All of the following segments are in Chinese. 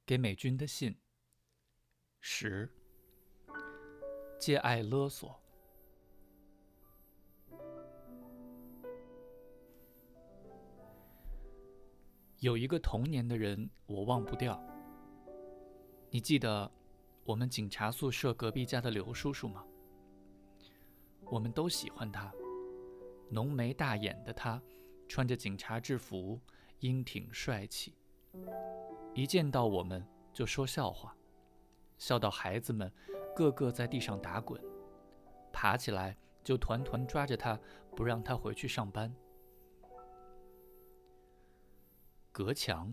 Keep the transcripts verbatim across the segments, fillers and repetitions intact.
给美军的信。十、借爱勒索。有一个童年的人我忘不掉。你记得我们警察宿舍隔壁家的刘叔叔吗？我们都喜欢他，浓眉大眼的他，穿着警察制服，英挺帅气。一见到我们就说笑话，笑到孩子们个个在地上打滚，爬起来就团团抓着他，不让他回去上班。隔墙，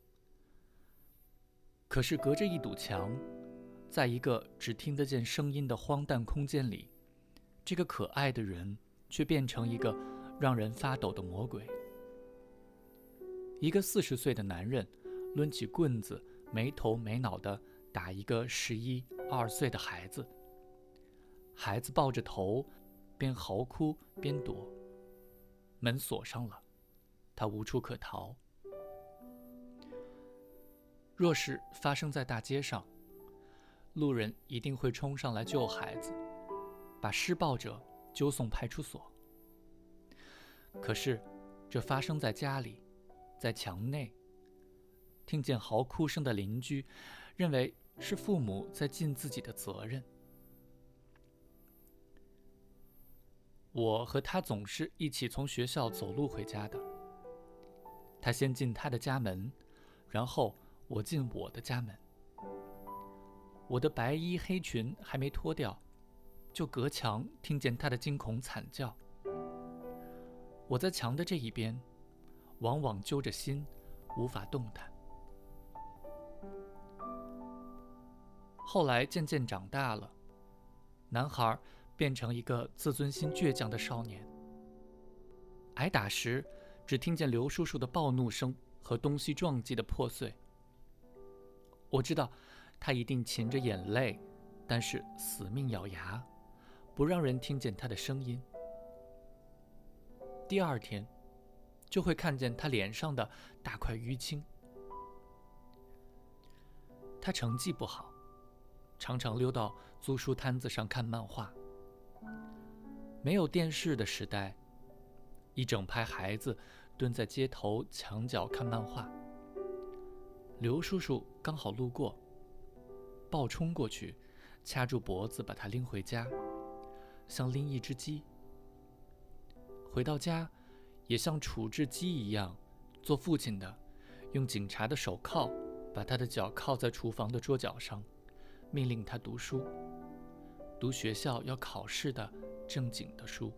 可是隔着一堵墙，在一个只听得见声音的荒诞空间里，这个可爱的人却变成一个让人发抖的魔鬼。一个四十岁的男人抡起棍子，没头没脑地打一个十一二岁的孩子，孩子抱着头，边嚎哭边躲。门锁上了，他无处可逃。若是发生在大街上，路人一定会冲上来救孩子，把施暴者揪送派出所。可是这发生在家里，在墙内，听见嚎哭声的邻居认为是父母在尽自己的责任。我和他总是一起从学校走路回家的，他先进他的家门，然后我进我的家门。我的白衣黑裙还没脱掉，就隔墙听见他的惊恐惨叫。我在墙的这一边，往往揪着心，无法动弹。后来渐渐长大了，男孩变成一个自尊心倔强的少年。挨打时，只听见刘叔叔的暴怒声和东西撞击的破碎。我知道他一定噙着眼泪，但是死命咬牙，不让人听见他的声音。第二天就会看见他脸上的大块淤青。他成绩不好，常常溜到租书摊子上看漫画。没有电视的时代，一整排孩子蹲在街头墙角看漫画。刘叔叔刚好路过，暴冲过去，掐住脖子把他拎回家，像拎一只鸡。回到家，也像处置鸡一样，做父亲的用警察的手铐把他的脚铐在厨房的桌角上，命令他读书，读学校要考试的正经的书。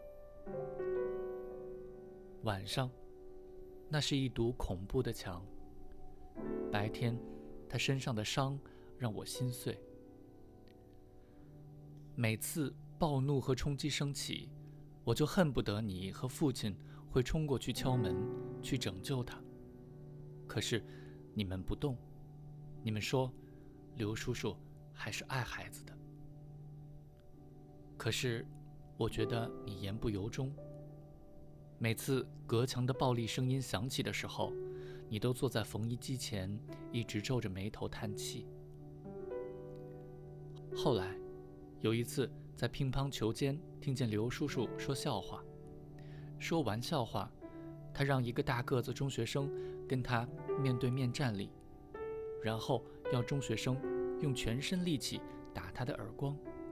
晚上，那是一堵恐怖的墙。白天，他身上的伤让我心碎。每次暴怒和冲击升起，我就恨不得你和父亲会冲过去敲门，去拯救他。可是你们不动，你们说刘叔叔还是爱孩子的。可是我觉得你言不由衷。每次隔墙的暴力声音响起的时候，你都坐在缝衣机前，一直皱着眉头叹气。后来有一次在乒乓球间听见刘叔叔说笑话，说完笑话，他让一个大个子中学生跟他面对面站立，然后要中学生用全身力气打他的耳光。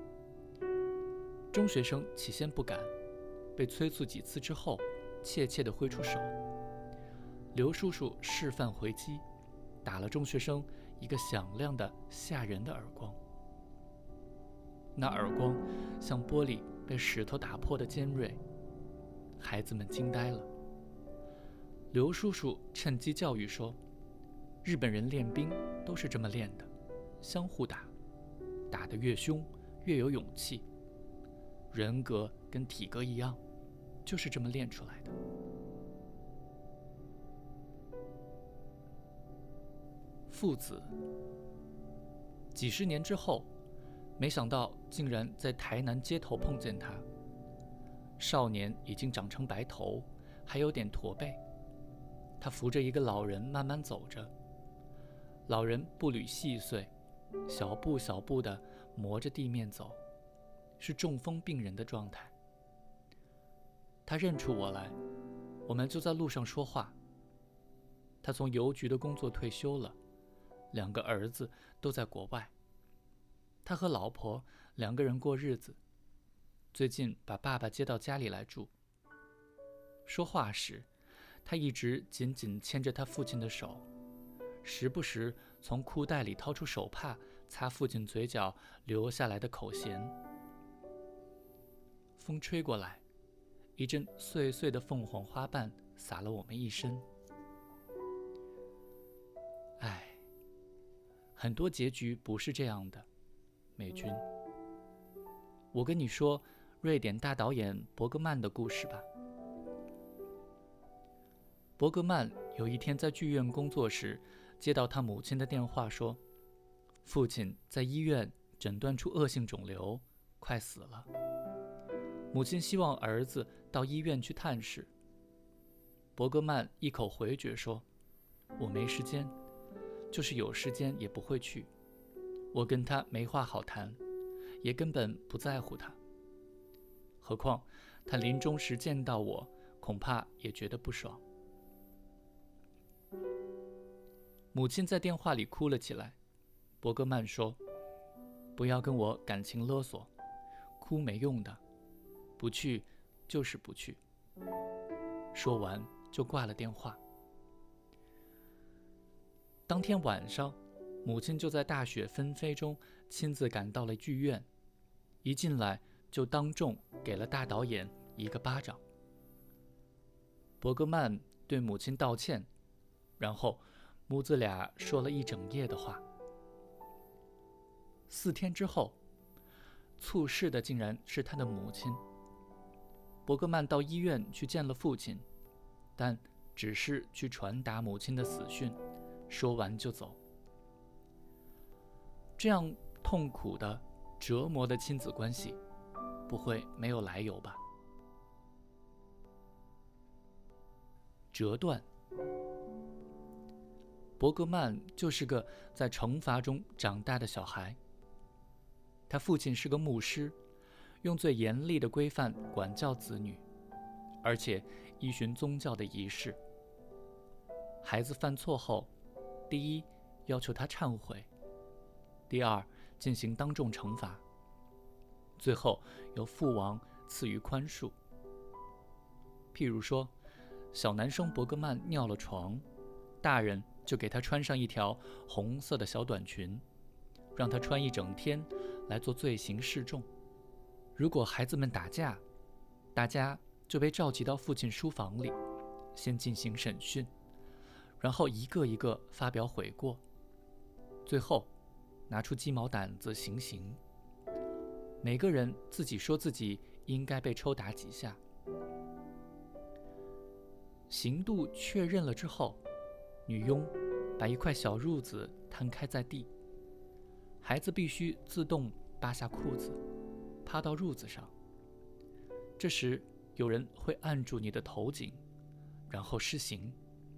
中学生起先不敢，被催促几次之后，怯怯地挥出手。刘叔叔示范回击，打了中学生一个响亮的吓人的耳光。那耳光像玻璃被石头打破的尖锐，孩子们惊呆了。刘叔叔趁机教育说，日本人练兵都是这么练的，相互打，打得越凶越有勇气，人格跟体格一样，就是这么练出来的。父子，几十年之后，没想到竟然在台南街头碰见他。少年已经长成白头，还有点驼背。他扶着一个老人慢慢走着， 老人步履细碎，小步小步地磨着地面走，是中风病人的状态。他认出我来，我们就在路上说话。他从邮局的工作退休了，两个儿子都在国外。他和老婆两个人过日子，最近把爸爸接到家里来住。说话时，他一直紧紧牵着他父亲的手，时不时从裤袋里掏出手帕擦父亲嘴角流下来的口涎。风吹过来，一阵碎碎的凤凰花瓣洒了我们一身。唉，很多结局不是这样的，美君。我跟你说瑞典大导演伯格曼的故事吧。伯格曼有一天在剧院工作时，接到他母亲的电话说，父亲在医院诊断出恶性肿瘤，快死了。母亲希望儿子到医院去探视。伯格曼一口回绝说，我没时间，就是有时间也不会去。我跟他没话好谈，也根本不在乎他。何况他临终时见到我，恐怕也觉得不爽。母亲在电话里哭了起来。伯格曼说，不要跟我感情勒索，哭没用的，不去就是不去。说完就挂了电话。当天晚上，母亲就在大雪纷飞中亲自赶到了剧院，一进来就当众给了大导演一个巴掌。伯格曼对母亲道歉，然后母子俩说了一整夜的话。四天之后，猝逝的竟然是他的母亲。伯格曼到医院去见了父亲，但只是去传达母亲的死讯，说完就走。这样痛苦的、折磨的亲子关系，不会没有来由吧？折断。伯格曼就是个在惩罚中长大的小孩。他父亲是个牧师，用最严厉的规范管教子女，而且依循宗教的仪式。孩子犯错后，第一，要求他忏悔；第二，进行当众惩罚；最后由父王赐予宽恕。譬如说，小男生伯格曼尿了床，大人就给他穿上一条红色的小短裙，让他穿一整天来做罪行示众。如果孩子们打架，大家就被召集到父亲书房里，先进行审讯，然后一个一个发表悔过，最后拿出鸡毛掸子行刑。每个人自己说自己应该被抽打几下。刑度确认了之后，女佣把一块小褥子摊开在地，孩子必须自动扒下裤子，趴到褥子上。这时有人会按住你的头颈，然后施行。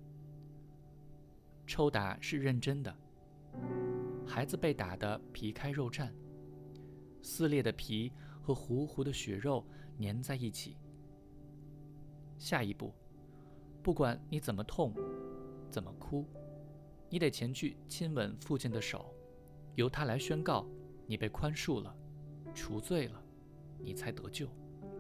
抽打是认真的，孩子被打得皮开肉绽，撕裂的皮和糊糊的血肉粘在一起。下一步，不管你怎么痛，怎么哭，你得前去亲吻父亲的手，由他来宣告你被宽恕了，除罪了，你才得救。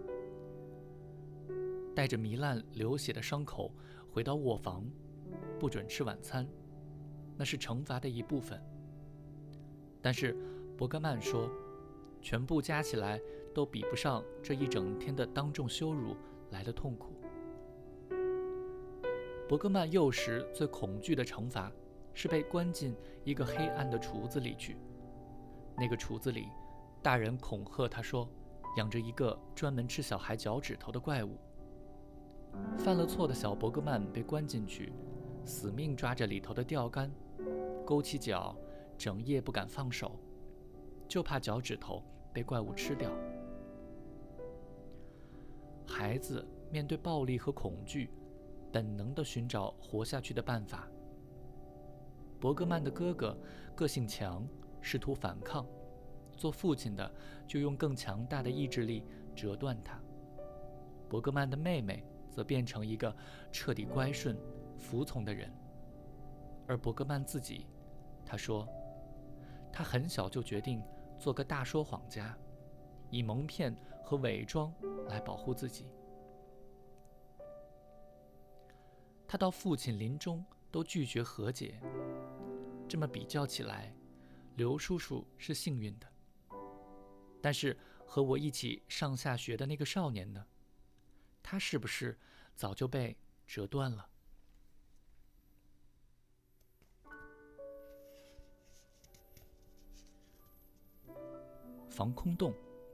带着糜烂流血的伤口回到卧房，不准吃晚餐，那是惩罚的一部分。但是伯格曼说，全部加起来都比不上这一整天的当众羞辱来的痛苦。伯格曼幼时最恐惧的惩罚是被关进一个黑暗的橱子里去。那个橱子里，大人恐吓他说，养着一个专门吃小孩脚趾头的怪物。犯了错的小伯格曼被关进去，死命抓着里头的钓竿，勾起脚，整夜不敢放手，就怕脚趾头被怪物吃掉。孩子面对暴力和恐惧，本能地寻找活下去的办法。 伯格曼的哥哥个性强，试图反抗，做父亲的就用更强大的意志力折断他。伯格曼的妹妹则变成一个彻底乖顺、服从的人。而伯格曼自己，他说，他很小就决定做个大说谎家，以蒙骗和伪装来保护自己。他到父亲临终都拒绝和解。这么比较起来，刘叔叔是幸运的。但是和我一起上下学的那个少年呢？他是不是早就被折断了？防空洞。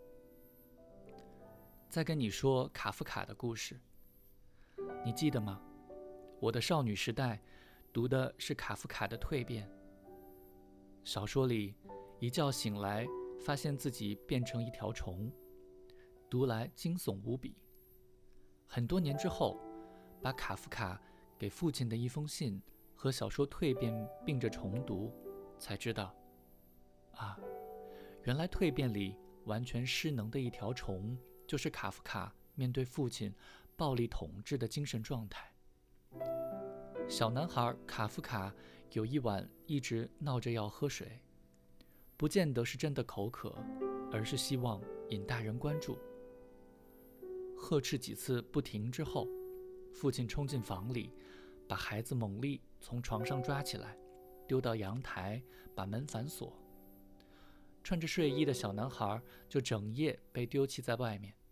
再跟你说卡夫卡的故事，你记得吗？我的少女时代读的是卡夫卡的《蜕变》。小说里一觉醒来，发现自己变成一条虫，读来惊悚无比。很多年之后，把卡夫卡给父亲的一封信和小说《蜕变》并着重读，才知道，啊，原来《蜕变》里完全失能的一条虫，就是卡夫卡面对父亲暴力统治的精神状态。小男孩卡夫卡有一晚一直闹着要喝水，不见得是真的口渴，而是希望引大人关注。呵斥几次不停之后，父亲冲进房里，把孩子猛力从床上抓起来，丢到阳台，把门反锁。穿着睡衣的小男孩就整夜被丢弃在外面。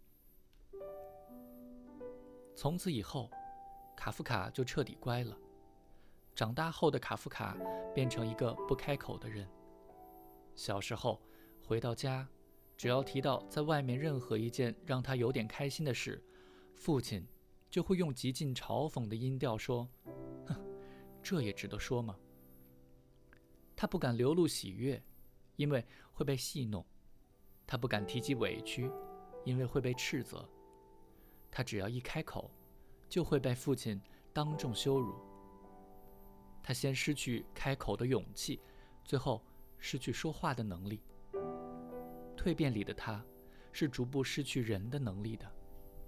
从此以后，卡夫卡就彻底乖了。长大后的卡夫卡变成一个不开口的人。小时候回到家，只要提到在外面任何一件让他有点开心的事，父亲就会用极尽嘲讽的音调说：“哼，这也值得说吗？”他不敢流露喜悦，因为会被戏弄；他不敢提及委屈，因为会被斥责。他只要一开口，就会被父亲当众羞辱。他先失去开口的勇气，最后失去说话的能力。蜕变里的他是逐步失去人的能力的。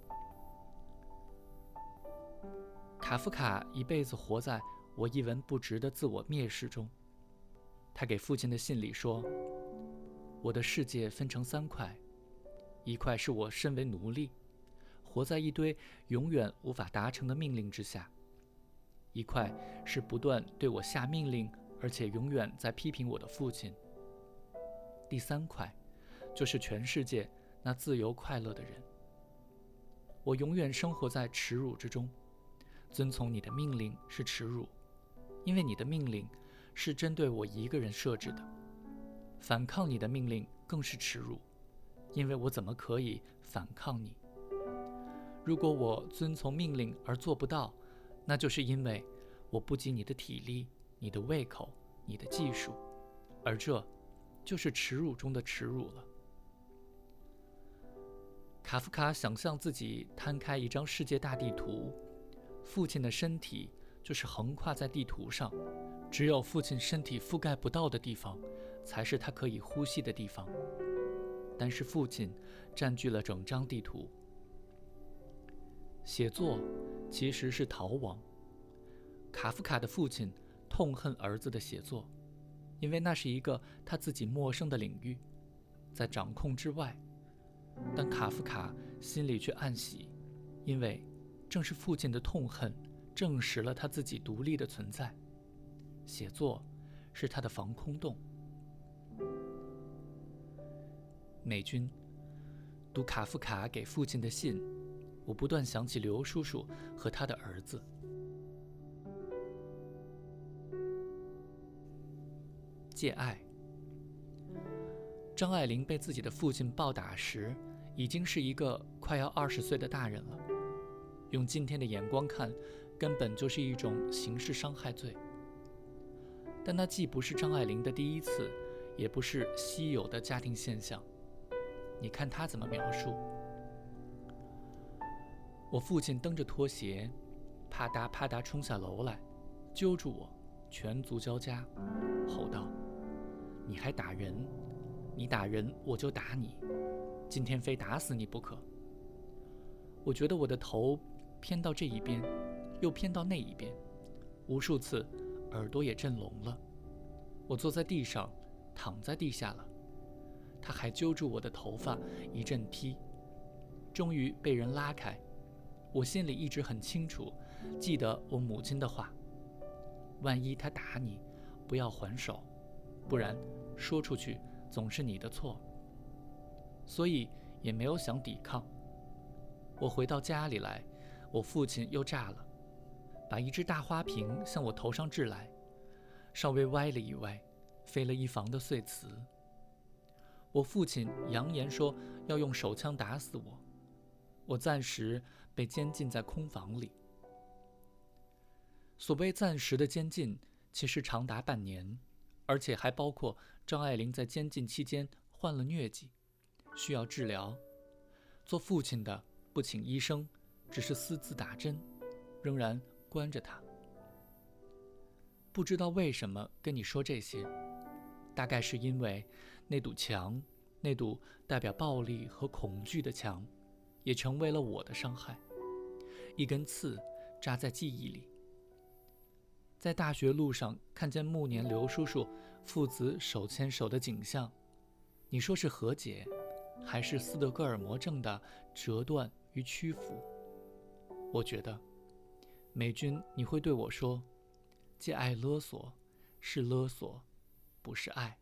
卡夫卡一辈子活在我一文不值的自我蔑视中。他给父亲的信里说，我的世界分成三块，一块是我身为奴隶，活在一堆永远无法达成的命令之下；一块是不断对我下命令，而且永远在批评我的父亲；第三块就是全世界那自由快乐的人。我永远生活在耻辱之中。遵从你的命令是耻辱，因为你的命令是针对我一个人设置的；反抗你的命令更是耻辱，因为我怎么可以反抗你？如果我遵从命令而做不到，那就是因为我不及你的体力、你的胃口、你的技术，而这就是耻辱中的耻辱了。卡夫卡想象自己摊开一张世界大地图，父亲的身体就是横跨在地图上，只有父亲身体覆盖不到的地方，才是他可以呼吸的地方。但是父亲占据了整张地图。写作其实是逃亡。卡夫卡的父亲痛恨儿子的写作，因为那是一个他自己陌生的领域，在掌控之外。但卡夫卡心里却暗喜，因为正是父亲的痛恨证实了他自己独立的存在。写作是他的防空洞。美军读卡夫卡给父亲的信，我不断想起刘叔叔和他的儿子。借爱。张爱玲被自己的父亲暴打时，已经是一个快要二十岁的大人了。用今天的眼光看，根本就是一种刑事伤害罪。但那既不是张爱玲的第一次，也不是稀有的家庭现象。你看她怎么描述：我父亲蹬着拖鞋，啪嗒啪嗒冲下楼来，揪住我， 拳足交加，吼道：“你还打人？你打人我就打你，今天非打死你不可。”我觉得我的头偏到这一边，又偏到那一边，无数次耳朵也震聋了。我坐在地上，躺在地下了。他还揪住我的头发一阵踢，终于被人拉开。我心里一直很清楚，记得我母亲的话：万一他打你，不要还手，不然说出去总是你的错。所以也没有想抵抗。我回到家里来，我父亲又炸了，把一只大花瓶向我头上掷来，稍微歪了一歪，飞了一房的碎瓷。我父亲扬言说要用手枪打死我，我暂时被监禁在空房里。所谓暂时的监禁，其实长达半年，而且还包括张爱玲在监禁期间患了疟疾，需要治疗。做父亲的不请医生，只是私自打针，仍然关着他。不知道为什么跟你说这些，大概是因为那堵墙，那堵代表暴力和恐惧的墙，也成为了我的伤害，一根刺扎在记忆里。在大学路上看见暮年刘叔叔父子手牵手的景象，你说是和解，还是斯德哥尔摩症的折断与屈服？我觉得，美君你会对我说，借爱勒索是勒索，不是爱。